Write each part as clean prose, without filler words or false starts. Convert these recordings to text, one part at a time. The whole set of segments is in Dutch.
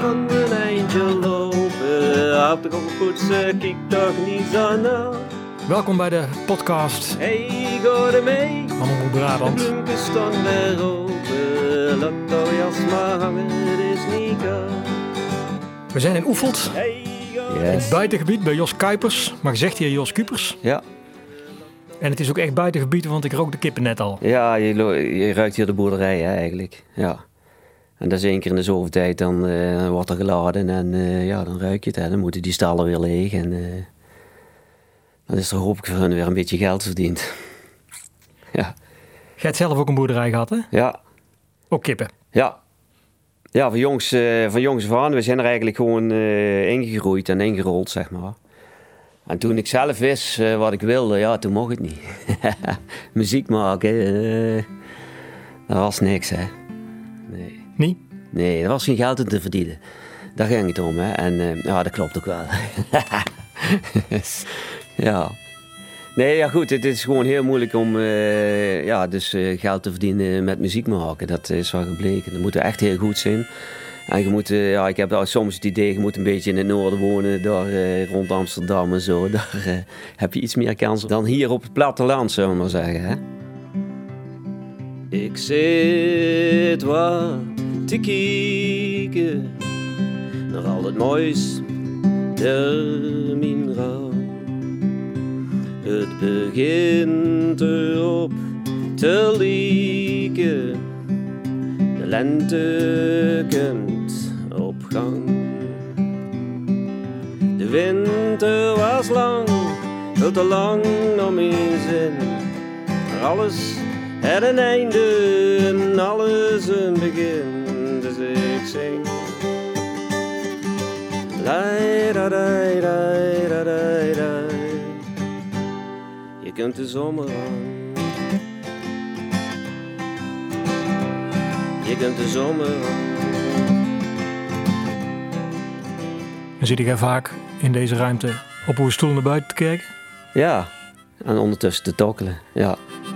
kan een eindje lopen. Af de poetsen, kijk toch niet zo na. Welkom bij de podcast Hey, ga er mee. van Omroep Brabant. De bloemken staan weer open. Laat jouw jas maar hangen, het is niet koud. We zijn in Oefeld, Hey, ga in het buitengebied bij Jos Kuipers. Maar gezegd hier Jos Kuipers. Ja, En het is ook echt buitengebied, want ik rook de kippen net al. ja je ruikt hier de boerderij hè, eigenlijk. Ja. En dat is 1 keer in de zoveel tijd, dan wordt er geladen en ja, dan ruik je het. Hè. Dan moeten die stallen weer leeg en dan is er hopelijk voor hun weer een beetje geld verdiend. Ja, Jij hebt zelf ook een boerderij gehad, hè? ja, Ook kippen. ja. Ja, van jongs af aan. We zijn er eigenlijk gewoon ingegroeid en ingerold, zeg maar. En toen ik zelf wist wat ik wilde, ja, toen mocht het niet. Muziek maken, dat was niks, hè. Nee. Niet? Nee, er was geen geld in te verdienen. Daar ging het om, hè. En ja, dat klopt ook wel. Ja. Nee, ja goed, het is gewoon heel moeilijk om geld te verdienen met muziek maken. Dat is wel gebleken. Dat moet echt heel goed zijn. En je moet, ja, ik heb soms het idee, je moet een beetje in het noorden wonen, daar rond Amsterdam en zo. Daar heb je iets meer kans dan hier op het platteland, zullen we maar zeggen, hè. Ik zit wat te kijken naar al het moois der mijn raam. Het begint erop te lijken, de lente komt op gang. De winter was lang, veel te lang naar mijn zin, maar alles het een einde en alles een begin, dus ik zing. Lai da dai dai da dai dai. Je kunt de zomer aan. Je kunt de zomer aan. Dan zit jij vaak in deze ruimte op uw stoel naar buiten te kijken. Ja, en ondertussen te tokkelen, ja.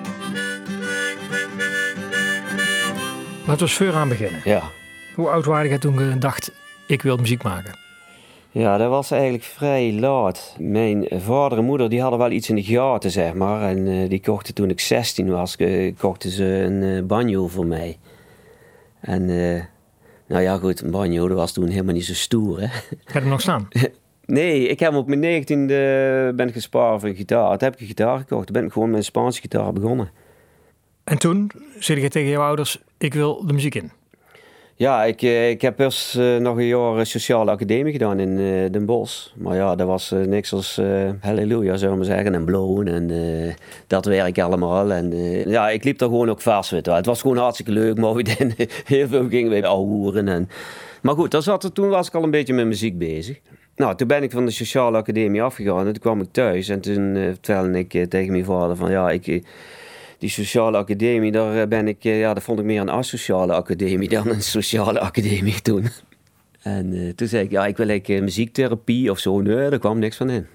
Laten we eens voor aan beginnen. Ja. Hoe oud waren jij toen je dacht, ik wil muziek maken? Ja, dat was eigenlijk vrij laat. Mijn vader en moeder die hadden wel iets in de gaten, zeg maar. En die kochten toen ik 16 was, kochten ze een banjo voor mij. En nou ja goed, een banjo, dat was toen helemaal niet zo stoer, hè. Heb je hem nog staan? Nee, ik heb hem op mijn 19e ben gespaard voor een gitaar. Toen heb ik een gitaar gekocht. Toen ben ik gewoon met een Spaanse gitaar begonnen. En toen zei je tegen jouw ouders, ik wil de muziek in. Ja, ik heb eerst nog een jaar sociale academie gedaan in Den Bosch. Maar ja, dat was niks als halleluja, zullen we maar zeggen. En blowen en dat werk allemaal. En ja, ik liep daar gewoon ook vast, weet je wel. Het was gewoon hartstikke leuk, mooi. En heel veel gingen we ouwehoeren. Maar goed, toen was ik al een beetje met muziek bezig. Nou, toen ben ik van de sociale academie afgegaan en toen kwam ik thuis. En toen vertelde ik tegen mijn vader van ja, die sociale academie, daar ben ik, dat vond ik meer een asociale academie dan een sociale academie toen. En toen zei ik, ja, ik wil muziektherapie of zo. Nee, daar kwam niks van in.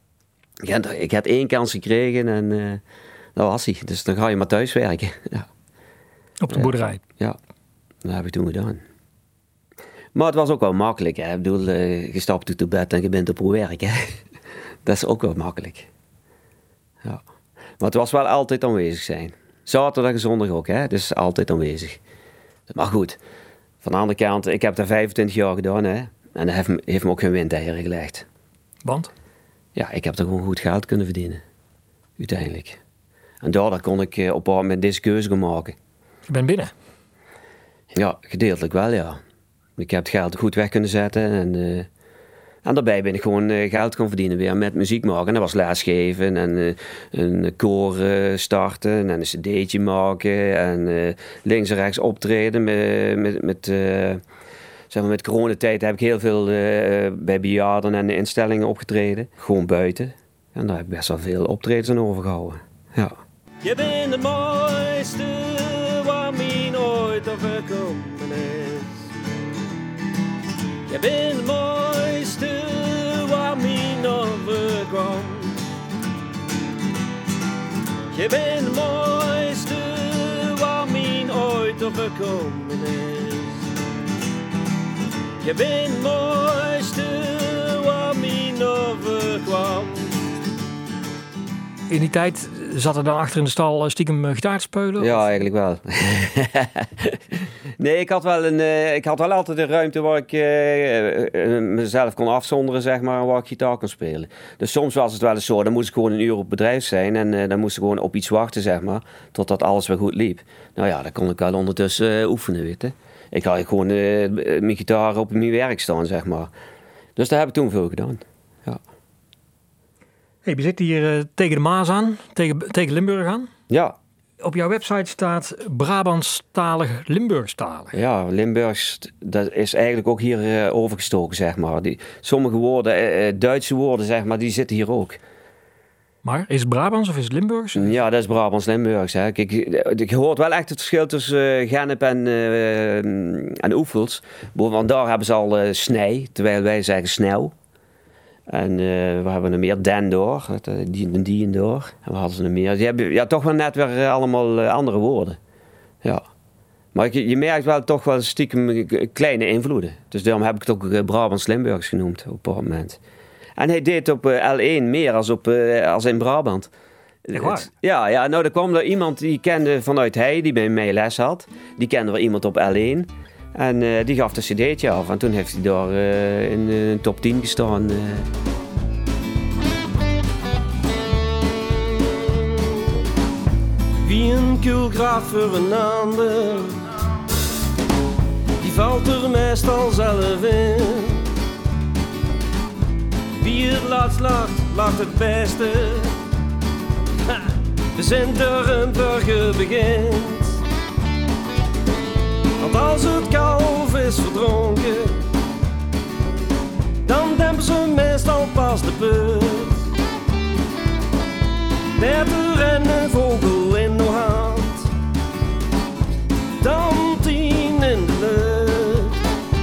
Ik had 1 kans gekregen en dat was hij. Dus dan ga je maar thuis werken. Ja. Op de boerderij. Ja, dat heb ik toen gedaan. Maar het was ook wel makkelijk. Hè. Ik bedoel, je stapt uit bed en je bent op werk. Hè. Dat is ook wel makkelijk. Ja. Maar het was wel altijd aanwezig zijn. Zaterdag en zondag ook, hè? Dus altijd aanwezig. Maar goed, van de andere kant, ik heb daar 25 jaar gedaan, hè? En dat heeft me ook geen windeieren gelegd. Want? Ja, ik heb er gewoon goed geld kunnen verdienen. Uiteindelijk. En daardoor kon ik op een moment deze keuze gaan maken. Je bent binnen. Ja, gedeeltelijk wel, ja. Ik heb het geld goed weg kunnen zetten en daarbij ben ik gewoon geld gaan verdienen weer met muziek maken. En dat was lesgeven en een koor starten en een cd'tje maken en links en rechts optreden. Met coronatijd heb ik heel veel bij bejaarden en instellingen opgetreden. Gewoon buiten. En daar heb ik best wel veel optredens aan overgehouden. Ja. Je bent het mooiste wat mij ooit overkomen is. Je bent het mooiste wat mij overkwam. Je bent het mooiste wat mij ooit overkomen is. Je bent het mooiste wat mij overkwam. In die tijd zat er dan achter in de stal stiekem gitaar te spelen? Ja, eigenlijk wel. Nee, ik had wel altijd een ruimte waar ik mezelf kon afzonderen, zeg maar, en waar ik gitaar kon spelen. Dus soms was het wel eens zo, dan moest ik gewoon een uur op bedrijf zijn en dan moest ik gewoon op iets wachten, zeg maar, totdat alles weer goed liep. Nou ja, dan kon ik wel ondertussen oefenen, weet je. Ik had gewoon mijn gitaar op mijn werk staan, zeg maar. Dus daar heb ik toen veel gedaan. Ja. Hey, we zitten hier tegen de Maas aan, tegen Limburg aan. Ja. Op jouw website staat Brabantstalig, Limburgstalig. Ja, Limburgs, dat is eigenlijk ook hier overgestoken, zeg maar. Sommige woorden, Duitse woorden, zeg maar, die zitten hier ook. Maar is het Brabants of is het Limburgs? Ja, dat is Brabants-Limburgs. Ik hoor wel echt het verschil tussen Gennep en Oefels. Want daar hebben ze al snij, terwijl wij zeggen snel. En we hebben er meer den door, die en door. En we hadden ze er meer. Die hebben toch wel net weer allemaal andere woorden. Ja. Maar je merkt wel toch wel stiekem kleine invloeden. Dus daarom heb ik het ook Brabants-Limburgs genoemd op een moment. En hij deed op L1 meer als in Brabant. Echt waar? Ja, nou, er kwam er iemand die kende vanuit die bij mij les had. Die kende er iemand op L1. En die gaf de cd'tje af. En toen heeft hij daar in de top 10 gestaan. Wie een kulgraaf voor een ander, die valt er meestal zelf in. Wie het laatst lacht, lacht het beste. Ha, we zijn er een burger begint. Want als het kalf is verdronken, dan dempen ze meestal pas de put. Met de rennen vogel in de hand, dan 10 in de lucht.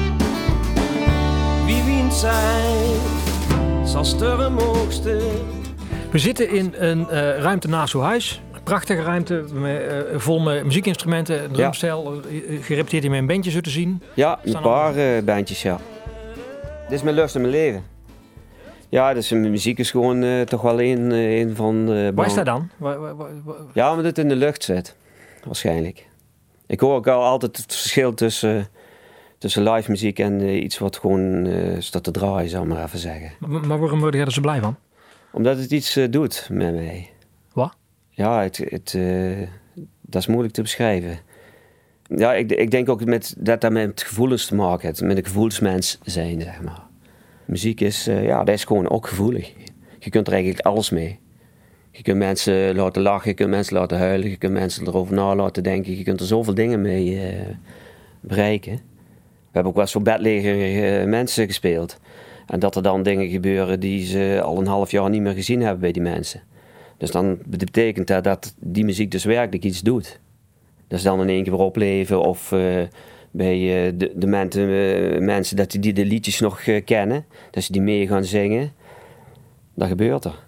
Wie wint zijn, zal sterren moogste. We zitten in een ruimte naast uw huis. Een prachtige ruimte vol met muziekinstrumenten, een drumstel. Gerepeteerd hier met een bandje zo te zien. Ja, een paar bandjes, ja. Dit is mijn lust in mijn leven. Ja, dus mijn muziek is gewoon toch wel een van... Waar is dat dan? Ja, omdat het in de lucht zit. Waarschijnlijk. Ik hoor ook altijd het verschil tussen live muziek en iets wat gewoon staat te draaien, zou ik maar even zeggen. Maar waarom word je er zo blij van? Omdat het iets doet met mij. Wat? Ja, dat is moeilijk te beschrijven. Ja, ik denk ook dat met gevoelens te maken heeft. Met een gevoelsmens zijn, zeg maar. Muziek is, dat is gewoon ook gevoelig. Je kunt er eigenlijk alles mee. Je kunt mensen laten lachen, je kunt mensen laten huilen, je kunt mensen erover na laten denken. Je kunt er zoveel dingen mee bereiken. We hebben ook wel eens voor bedlegerige mensen gespeeld. En dat er dan dingen gebeuren die ze al een half jaar niet meer gezien hebben bij die mensen. Dus dan betekent dat die muziek dus werkelijk iets doet. Dat ze dan in één keer weer opleven of bij de mensen dat die de liedjes nog kennen. Dat ze die mee gaan zingen. Dat gebeurt er.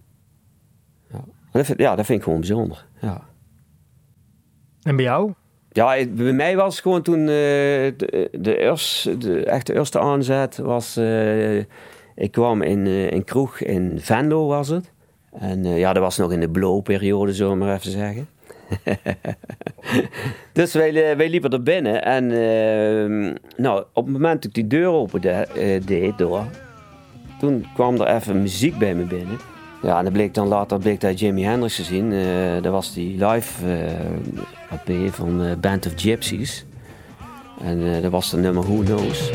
Ja, dat vind ik gewoon bijzonder. Ja. En bij jou? Ja, bij mij was gewoon toen de eerste aanzet was... ik kwam in een kroeg in Venlo was het. En dat was nog in de blow-periode, zullen we maar even zeggen. Dus wij liepen er binnen en op het moment dat ik die deur open deed door, toen kwam er even muziek bij me binnen. Ja, en dat bleek dan later dat Jimi Hendrix te zien. Dat was die live LP van Band of Gypsies. En dat was de nummer Who Knows.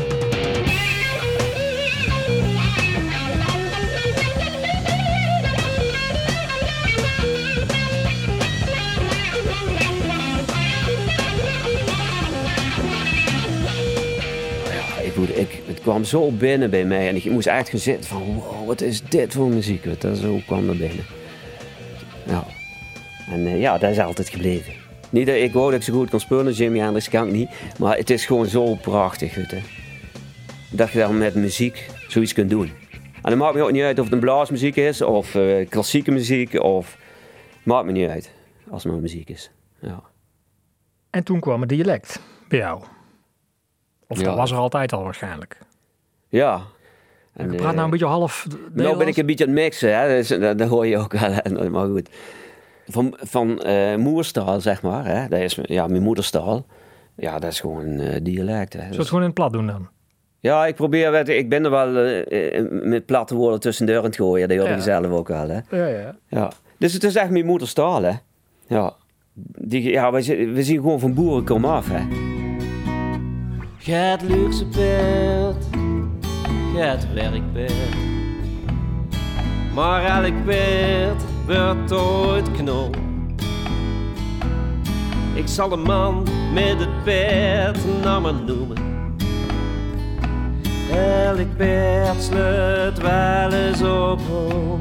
Het kwam zo binnen bij mij en ik moest echt gaan zitten van wow, wat is dit voor muziek? Zo kwam er binnen. Ja. En dat is altijd gebleven. Niet dat ik wou dat ik zo goed kon spelen, Jimi Hendrix kan ik niet, maar het is gewoon zo prachtig. Weet je. Dat je dan met muziek zoiets kunt doen. En dat maakt me ook niet uit of het een blaasmuziek is of klassieke muziek of... Maakt me niet uit als het maar muziek is. Ja. En toen kwam het dialect bij jou. Of dat was er altijd al waarschijnlijk. Ja. En je praat nou een beetje half Nederlands. Nou ben ik een beetje aan het mixen, hè. Dus, dat hoor je ook wel. Maar goed. Van moerstaal, zeg maar. Hè. Dat is mijn moederstaal. Ja, dat is gewoon dialect. Hè. Zou je het gewoon in het plat doen dan? Ja, ik ben er wel met platte woorden tussendoor aan het gooien. Dat hoor je zelf ook wel. Hè. Ja. Dus het is echt mijn moederstaal, hè. Ja. We zien gewoon van boeren komen af, hè. Gaat luxe paard, gaat werkpaard. Maar elk paard wordt ooit knol. Ik zal de man met het paard namen noemen. Elk paard sluit wel eens op hol.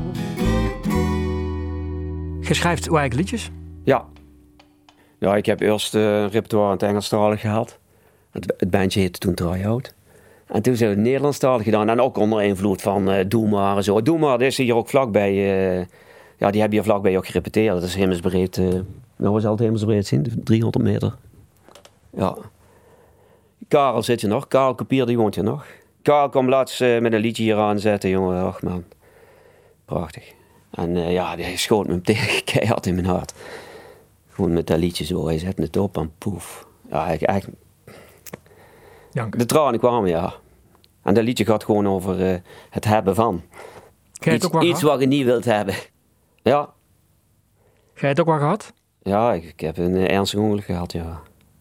Je schrijft uw eigen liedjes? Ja. Ja, ik heb eerst een repertoire aan het Engelstalig gehad. Het bandje heette toen Try-Out. En toen zijn we het Nederlandstalig gedaan. En ook onder invloed van Doe Maar en zo. Doe Maar, dat is hier ook vlakbij. Die hebben hier vlakbij ook gerepeteerd. Dat is hemelsbreed. Nou, is altijd hemelsbreed zien? 300 meter. Ja. Karel zit je nog. Karel Kopier, die woont hier nog. Karel kwam laatst met een liedje hier aanzetten, jongen. Ach man. Prachtig. En die schoot me tegen keihard in mijn hart. Gewoon met dat liedje zo. Hij zette het op en poef. Ja, eigenlijk... Dank. De tranen kwamen, ja. En dat liedje gaat gewoon over het hebben van. Iets wat je niet wilt hebben. Ja. Heb je het ook wel gehad? Ja, ik heb een ernstig ongeluk gehad, ja.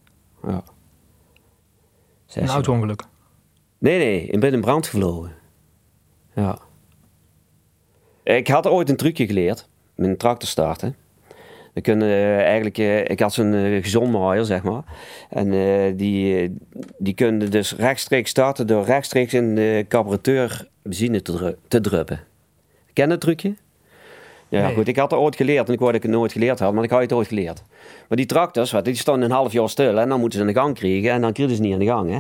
Een auto-ongeluk? Nee, ik ben in brand gevlogen. Ja. Ik had ooit een trucje geleerd. Met een tractor starten. We kunnen ik had zo'n gezondmaaier, zeg maar. En die kunnen dus rechtstreeks starten door rechtstreeks in de carburateur benzine te druppen. Ken je dat trucje? Ja, nee. Goed, ik had het ooit geleerd en ik wou dat ik het nooit geleerd had, maar ik had het ooit geleerd. Maar die tractors, die stonden een half jaar stil en dan moeten ze aan de gang krijgen en dan kregen ze niet aan de gang, hè.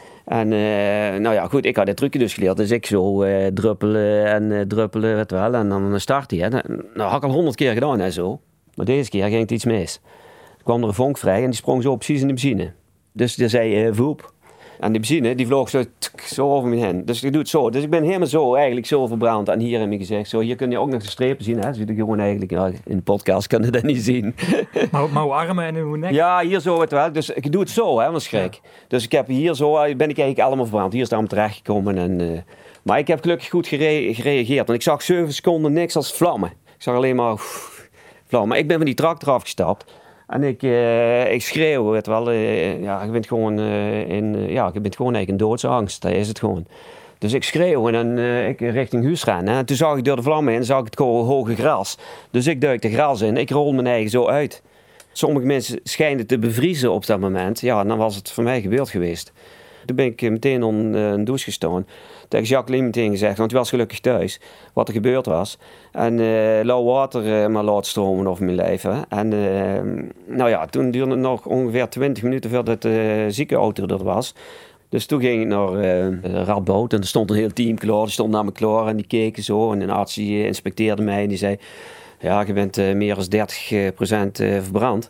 En goed, ik had dit trucje dus geleerd, dus ik zo druppelen, weet wel, en dan start hij. Nou, had ik al 100 keer gedaan en zo. Maar deze keer ging het iets mis. Er kwam er een vonk vrij en die sprong zo precies in de benzine. Dus die zei voep. En die benzine die vloog zo over me heen. Dus ik doe het zo. Dus ik ben helemaal zo eigenlijk zo verbrand. En hier in mijn gezicht. Zo, hier kun je ook nog de strepen zien. Hè? Zie je gewoon eigenlijk, in de podcast kan je dat niet zien. Maar uw armen en uw nek? Ja, hier zo het wel. Dus ik doe het zo, hè, anders schrik. Ja. Dus ik heb hier zo, ben ik eigenlijk allemaal verbrand. Hier is het allemaal terechtgekomen. Maar ik heb gelukkig goed gereageerd. Want ik zag 7 seconden niks als vlammen. Ik zag alleen maar vlammen. Maar ik ben van die tractor afgestapt. En ik schreeuw, weet wel. Je bent gewoon eigenlijk een doodsangst. Dat is het gewoon. Dus ik schreeuw en dan ik richting huis ren. En toen zag ik door de vlammen heen, zag ik het hoge gras. Dus ik duik de gras in. Ik rol mijn eigen zo uit. Sommige mensen schijnen te bevriezen op dat moment. Ja, dan was het voor mij gebeurd geweest. Toen ben ik meteen onder een douche gestaan. Tegen Jacqueline meteen gezegd, want die was gelukkig thuis, wat er gebeurd was. En lauw water maar laten stromen over mijn lijf. Hè. En toen duurde het nog ongeveer 20 minuten voordat de ziekenauto er was. Dus toen ging ik naar Radboud en er stond een heel team klaar. Die stond naar me klaar en die keken zo. En een arts die inspecteerde mij en die zei, ja, je bent meer dan 30% verbrand.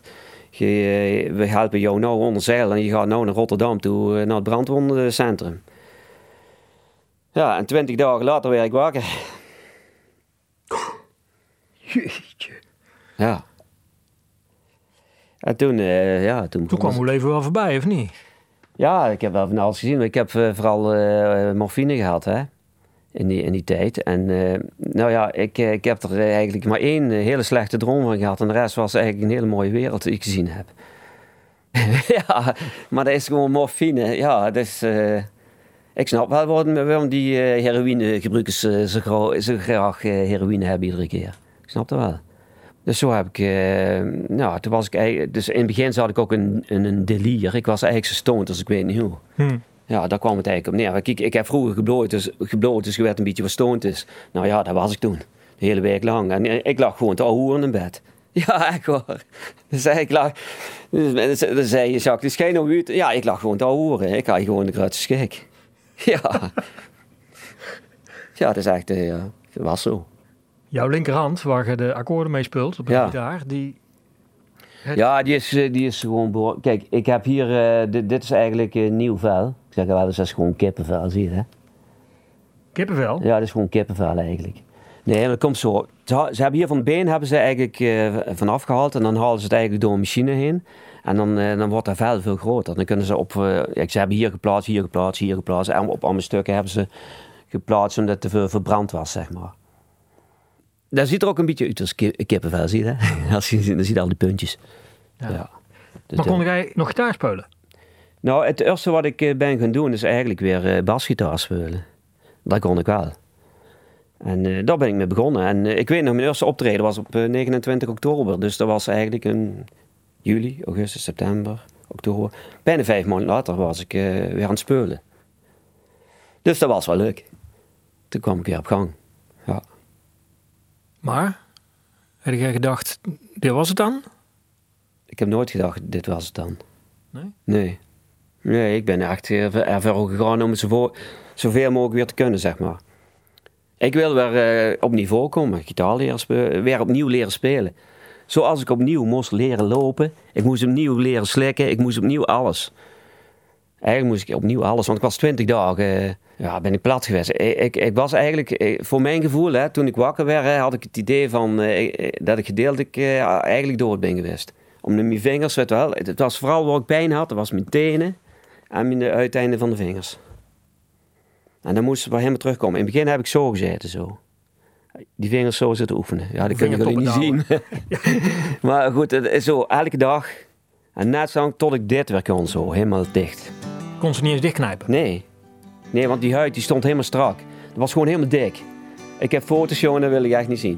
We helpen jou nou onder zeil en je gaat nou naar Rotterdam toe, naar het brandwondencentrum. Ja, en 20 dagen later werd ik wakker. Jeetje. Ja. En toen kwam uw leven wel voorbij, of niet? Ja, ik heb wel van alles gezien. Ik heb vooral morfine gehad, hè. In die tijd. En ik heb er eigenlijk maar 1 hele slechte droom van gehad. En de rest was eigenlijk een hele mooie wereld die ik gezien heb. Ja, maar dat is gewoon morfine. Ja, dus ik snap wel waarom die heroïnegebruikers zo graag heroïne hebben iedere keer. Ik snap dat wel. Dus zo heb ik, toen was ik eigenlijk, dus in het begin zat ik ook in een delier. Ik was eigenlijk zo stoned als ik weet niet hoe. Ja, daar kwam het eigenlijk op neer. Kijk, ik heb vroeger gebloot, dus je werd een beetje wat stoned is. Nou ja, dat was ik toen. De hele week lang. En ik lag gewoon te ouwehoeren in bed. Ja, echt waar. Dan zei je, Jacques, dus ga je nog uit? Ja, ik lag gewoon te ouwehoeren. Ik had gewoon de grootste schik. Ja. Ja, dat is echt, dat was zo. Jouw linkerhand, waar je de akkoorden mee speelt op een gitaar, Ja, die is gewoon... Kijk, ik heb hier... dit is eigenlijk nieuw vel. Ik zeg wel eens, dat is gewoon kippenvel, zie je hè? Kippenvel? Ja, dat is gewoon kippenvel eigenlijk. Nee, dat komt zo. Ze hebben hier van het been hebben ze eigenlijk vanaf gehaald en dan halen ze het eigenlijk door een machine heen. En dan wordt dat vel veel groter. Dan kunnen ze ze hebben hier geplaatst. En op alle stukken hebben ze geplaatst omdat het te veel verbrand was, zeg maar. Dat ziet er ook een beetje uit als kippenvel, zie je hè? Als je dan zie je al die puntjes. Ja. Dus maar kon jij nog gitaar spelen? Nou, het eerste wat ik ben gaan doen is eigenlijk weer basgitaar spelen. Dat kon ik wel. En daar ben ik mee begonnen. En ik weet nog, mijn eerste optreden was op 29 oktober. Dus dat was eigenlijk in juli, augustus, september, oktober. Bijna 5 maanden later was ik weer aan het spelen. Dus dat was wel leuk. Toen kwam ik weer op gang. Ja. Maar, heb jij gedacht, dit was het dan? Ik heb nooit gedacht, dit was het dan. Nee? Nee, ik ben echt ervoor gegaan om het zoveel mogelijk weer te kunnen, zeg maar. Ik wil weer op niveau komen, gitaar leren spelen, weer opnieuw leren spelen. Zoals ik opnieuw moest leren lopen, ik moest opnieuw leren slikken, ik moest opnieuw alles. Eigenlijk moest ik opnieuw alles, want ik was 20 dagen, ben ik plat geweest. Ik was eigenlijk, voor mijn gevoel, hè, toen ik wakker werd, had ik het idee van, dat ik gedeeltelijk eigenlijk dood ben geweest. Om mijn vingers, weet wel, het was vooral waar ik pijn had, dat was mijn tenen en mijn uiteinden van de vingers. En dan moesten we helemaal terugkomen. In het begin heb ik zo gezeten, zo. Die vingers zo zitten oefenen. Ja, dat kunnen jullie niet zien. Maar goed, het is zo, elke dag. En net zo tot ik dit weer kon, zo, helemaal dicht. Kon ze niet eens dichtknijpen? Nee, want die huid die stond helemaal strak. Dat was gewoon helemaal dik. Ik heb foto's, jongen, dat wil ik echt niet zien.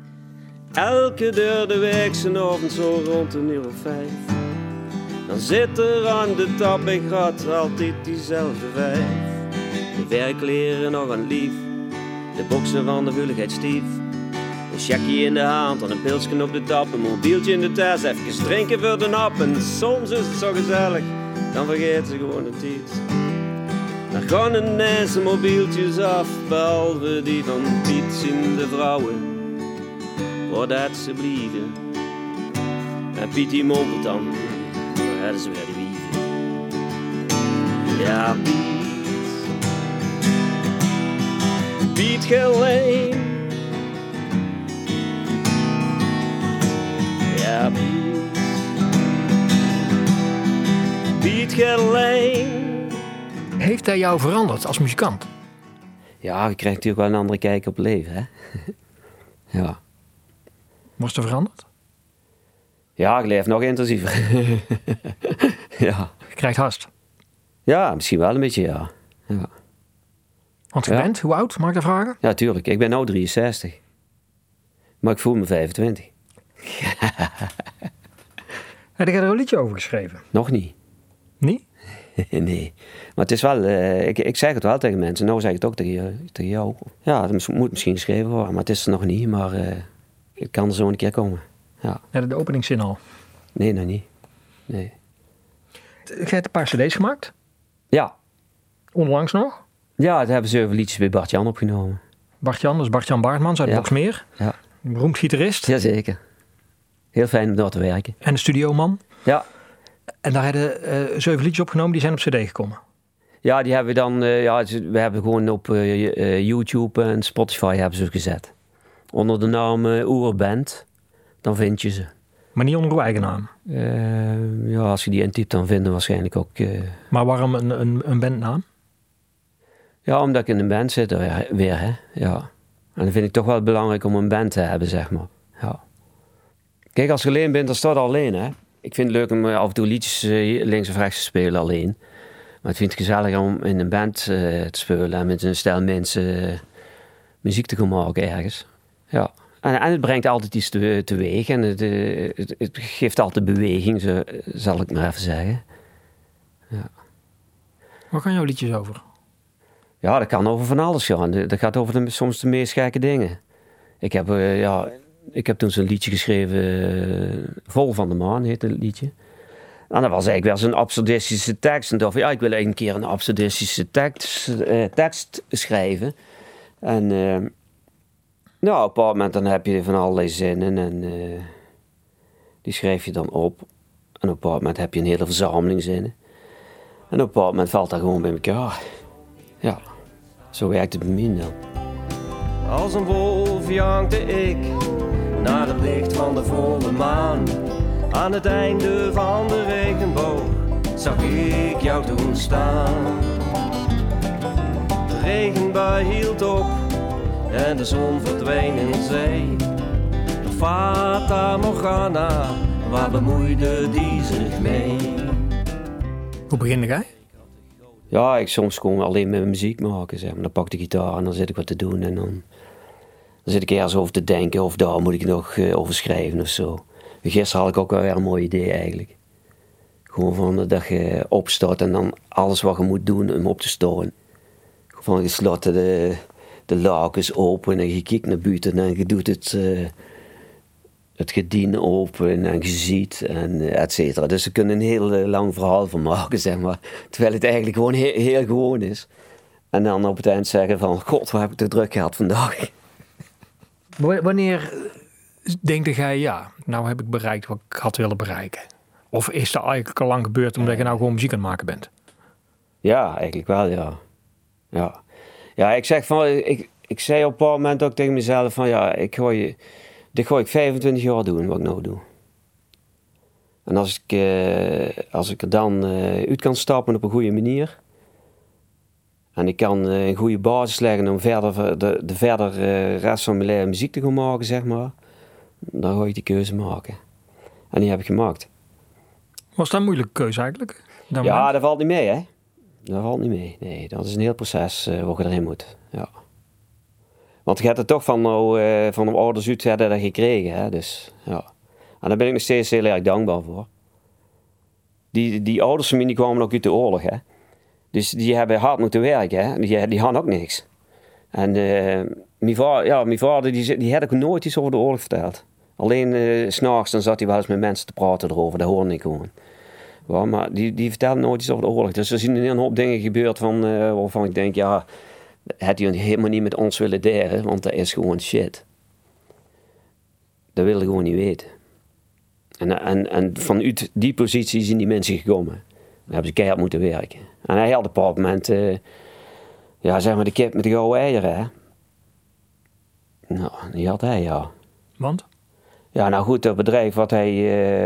Elke derde week zijn avond zo rond 1:05. Dan zit er aan de tapijt altijd diezelfde 5. De werkleren nog aan lief, de boksen van de vuiligheidstief. Een checkie in de hand en een pilsje op de tap, een mobieltje in de tas, even drinken voor de nap. En soms is het zo gezellig, dan vergeet ze gewoon de tijd. Dan gaan de mensen mobieltjes af, behalve die van Piet zien de vrouwen, voordat ze blijven. En Piet die mompelt dan, daar hadden ze weer de wieven. Ja, Piet Geleen. Ja, Piet Geleen. Heeft hij jou veranderd als muzikant? Ja, je krijgt natuurlijk wel een andere kijk op het leven, hè. Ja. Was er veranderd? Ja, ik leef nog intensiever. Ja. Je krijgt haast. Ja, misschien wel een beetje, ja. Want je bent, hoe oud, mag ik dat vragen? Ja, tuurlijk. Ik ben nu 63. Maar ik voel me 25. Heb je er een liedje over geschreven? Nog niet. Niet? Nee. Maar het is wel... ik zeg het wel tegen mensen. Nou zeg ik het ook tegen jou. Ja, het moet misschien geschreven worden. Maar het is er nog niet. Maar het kan er zo een keer komen. Ja. De openingszin al? Nee, nog niet. Nee. Je hebt een paar cd's gemaakt? Ja. Onlangs nog? Ja, daar hebben 7 liedjes bij Bart-Jan opgenomen. Bart-Jan, dus Bart-Jan Baartmans uit Boxmeer. Ja. Een beroemd gitarist. Jazeker. Heel fijn om daar te werken. En de studioman. Ja. En daar hebben 7 liedjes opgenomen, die zijn op cd gekomen. Ja, die hebben we dan... we hebben gewoon op YouTube en Spotify hebben ze gezet. Onder de naam Oerband. Dan vind je ze. Maar niet onder uw eigen naam? Ja, als je die intypt, dan vinden we waarschijnlijk ook... Maar waarom een bandnaam? Ja, omdat ik in een band zit weer, hè. Ja. En dan vind ik toch wel belangrijk om een band te hebben, zeg maar. Ja. Kijk, als je alleen bent, dan staat het alleen, hè. Ik vind het leuk om af en toe liedjes links of rechts te spelen alleen. Maar ik vind het gezellig om in een band te spelen en met een stel mensen muziek te gaan maken ergens. Ja. En het brengt altijd iets teweeg en het geeft altijd beweging, zal ik maar even zeggen. Ja. Waar gaan jouw liedjes over? Ja, dat kan over van alles gaan. Dat gaat over soms de meest gekke dingen. Ik heb toen zo'n liedje geschreven, Vol van de Maan heet het liedje. En dat was eigenlijk wel zo'n absurdistische tekst. En dacht ik, ik wil eigenlijk een keer een absurdistische tekst schrijven. En op een bepaald moment dan heb je van allerlei zinnen. En Die schrijf je dan op. En op een bepaald moment heb je een hele verzameling zinnen. En op een bepaald moment valt dat gewoon bij elkaar. Ja, zo werkt het bij mij dan. Als een wolf jankte ik naar het licht van de volle maan. Aan het einde van de regenboog zag ik jou toen staan. De regenbui hield op en de zon verdween in zee. De Fata Morgana, waar bemoeide die zich mee? Hoe begin jij? Ja, ik soms gewoon alleen met muziek maken, zeg maar. Dan pak ik de gitaar en dan zit ik wat te doen en dan zit ik ergens over te denken of daar moet ik nog over schrijven of zo. Gisteren had ik ook wel weer een mooi idee eigenlijk. Gewoon van dat je opstaat en dan alles wat je moet doen om op te staan. Van gesloten de lakens open en je kijkt naar buiten en je doet het gediende open en je ziet en et cetera. Dus je kunt een heel lang verhaal van maken, zeg maar. Terwijl het eigenlijk gewoon heel gewoon is. En dan op het eind zeggen van, god, wat heb ik te druk gehad vandaag. Wanneer denk jij, ja, nou heb ik bereikt wat ik had willen bereiken? Of is dat eigenlijk al lang gebeurd omdat je nou gewoon muziek aan het maken bent? Ja, eigenlijk wel, ja. Ja, ik zeg van, ik zei op een bepaald moment ook tegen mezelf van, ja, dit ga ik 25 jaar doen, wat ik nou doe. En als ik er dan uit kan stappen op een goede manier, en ik kan een goede basis leggen om verder rest van mijn leven muziek te gaan maken, zeg maar, dan ga ik die keuze maken. En die heb ik gemaakt. Was dat een moeilijke keuze eigenlijk? Ja, dat valt niet mee, hè. Dat valt niet mee. Nee, dat is een heel proces waar je erin moet. Ja. Want je hebt het toch van de ouders uit dat gekregen, hè. Dus, ja. En daar ben ik nog steeds heel erg dankbaar voor. Die ouders van mij die kwamen ook uit de oorlog, hè. Dus die hebben hard moeten werken, hè. Die hadden ook niks. En mijn vader die had ook nooit iets over de oorlog verteld. Alleen 's nachts dan zat hij wel eens met mensen te praten erover, dat hoorde ik gewoon. Ja, maar die vertelde nooit iets over de oorlog. Dus er zijn een hoop dingen gebeurd waarvan ik denk, ja, had hij helemaal niet met ons willen delen, want dat is gewoon shit. Dat wilde gewoon niet weten. En vanuit die positie zijn die mensen gekomen. Dan hebben ze keihard moeten werken. En hij had op een bepaald moment, ja, zeg maar de kip met de gouden eieren, hè. Nou, die had hij, ja. Want? Ja, nou goed, dat bedrijf wat hij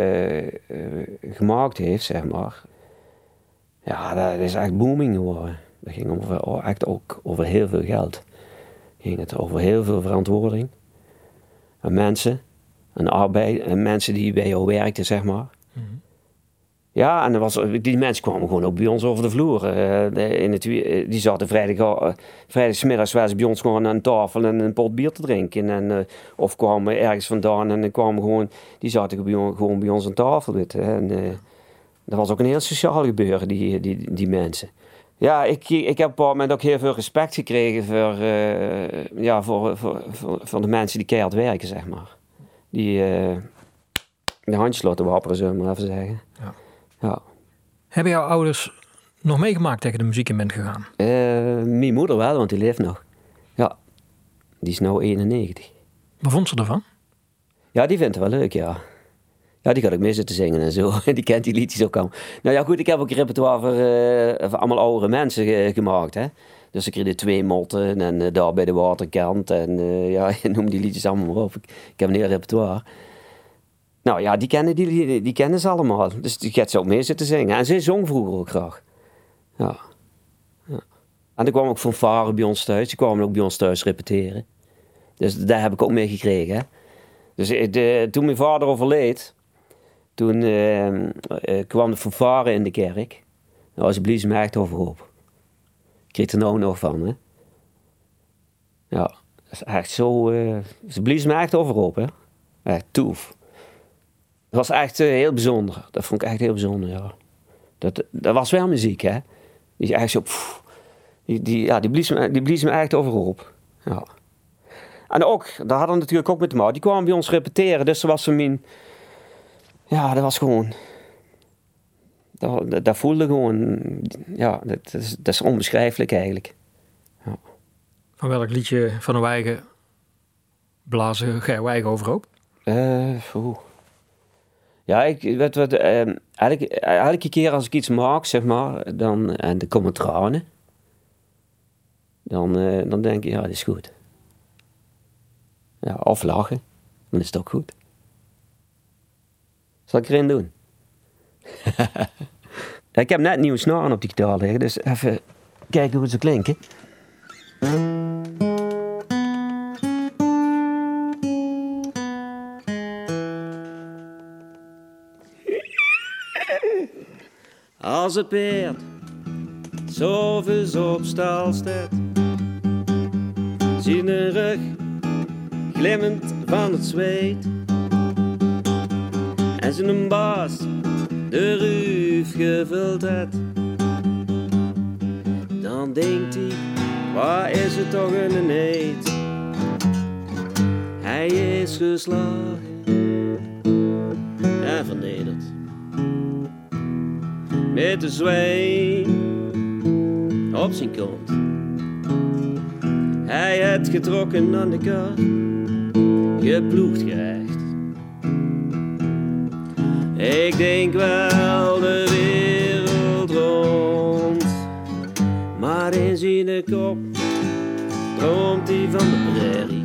gemaakt heeft, zeg maar. Ja, dat is echt booming geworden. Dat ging echt ook over heel veel geld. Ging het over heel veel verantwoording. En mensen, en arbeid, en mensen die bij jou werkten, zeg maar. Mm-hmm. Ja, en die mensen kwamen gewoon ook bij ons over de vloer. Die zaten vrijdagsmiddags waren ze bij ons gewoon aan tafel en een pot bier te drinken. Of kwamen ergens vandaan en die zaten gewoon bij ons aan tafel. Weet je. En dat was ook een heel sociaal gebeuren, die mensen. Ja, ik heb op een bepaald moment ook heel veel respect gekregen voor de mensen die keihard werken, zeg maar. Die de handjes laten wapperen, zullen we maar even zeggen. Ja. Ja. Hebben jouw ouders nog meegemaakt dat je de muziek in bent gegaan? Mijn moeder wel, want die leeft nog. Ja, die is nu 91. Wat vond ze ervan? Ja, die vindt het wel leuk, ja. Ja, die gaat ook mee zitten zingen en zo. Die kent die liedjes ook al. Nou ja, goed, ik heb ook een repertoire voor allemaal oudere mensen gemaakt, hè. Dus ik kreeg de twee motten en daar bij de waterkant. En ja, noem die liedjes allemaal maar op. Ik heb een heel repertoire. Nou ja, die kennen ze allemaal. Dus die gaat ze ook mee zitten zingen. En ze zong vroeger ook graag. Ja. En er kwam ook fanfare bij ons thuis. Die kwamen ook bij ons thuis repeteren. Dus daar heb ik ook mee gekregen. Hè. Dus toen mijn vader overleed, toen kwam de fanfare in de kerk. Nou, ze blies me echt overhoop. Ik kreeg er nou nog van, hè. Ja, dat is echt zo... ze blies me echt overhoop, hè. Echt toef. Dat was echt heel bijzonder. Dat vond ik echt heel bijzonder, ja. Dat was wel muziek, hè. Die is echt zo... Die blies me echt overhoop. Ja. En ook, daar hadden we natuurlijk ook met de maat. Die kwamen bij ons repeteren, dus dat was mijn... Ja, dat was gewoon... Dat voelde gewoon... Ja, dat is onbeschrijfelijk eigenlijk. Ja. Van welk liedje van een eigen blazen ga je eigen overhoop? Ja, ik weet wat, elke keer als ik iets maak, zeg maar, en er komen tranen, dan denk ik, ja, dat is goed. Ja, of lachen, dan is het ook goed. Zal ik erin doen? Ik heb net nieuwe snaren op die gitaar liggen, dus even kijken hoe ze klinken. Als het paard s'avonds op stal staat, zien een rug glimmend van het zweet en zijn baas de ruuf gevuld had, dan denkt hij, waar is het toch een eet? Hij is geslagen en vernederd, met de zweem op zijn kont. Hij had getrokken aan de kar, geploegd gerecht. Ik denk wel de wereld rond, maar in zijn kop droomt hij van de prairie.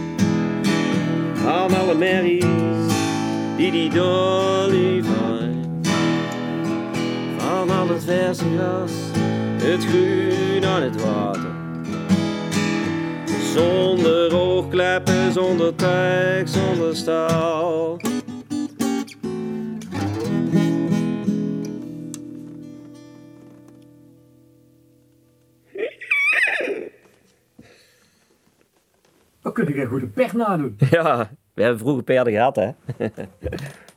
Van alle merries die dolly vangt, van al het verse gras, het groen aan het water. Zonder oogkleppen, zonder tuig, zonder staal. Dan kun je een goede pech nadoen. Ja, we hebben vroeger paarden gehad, hè.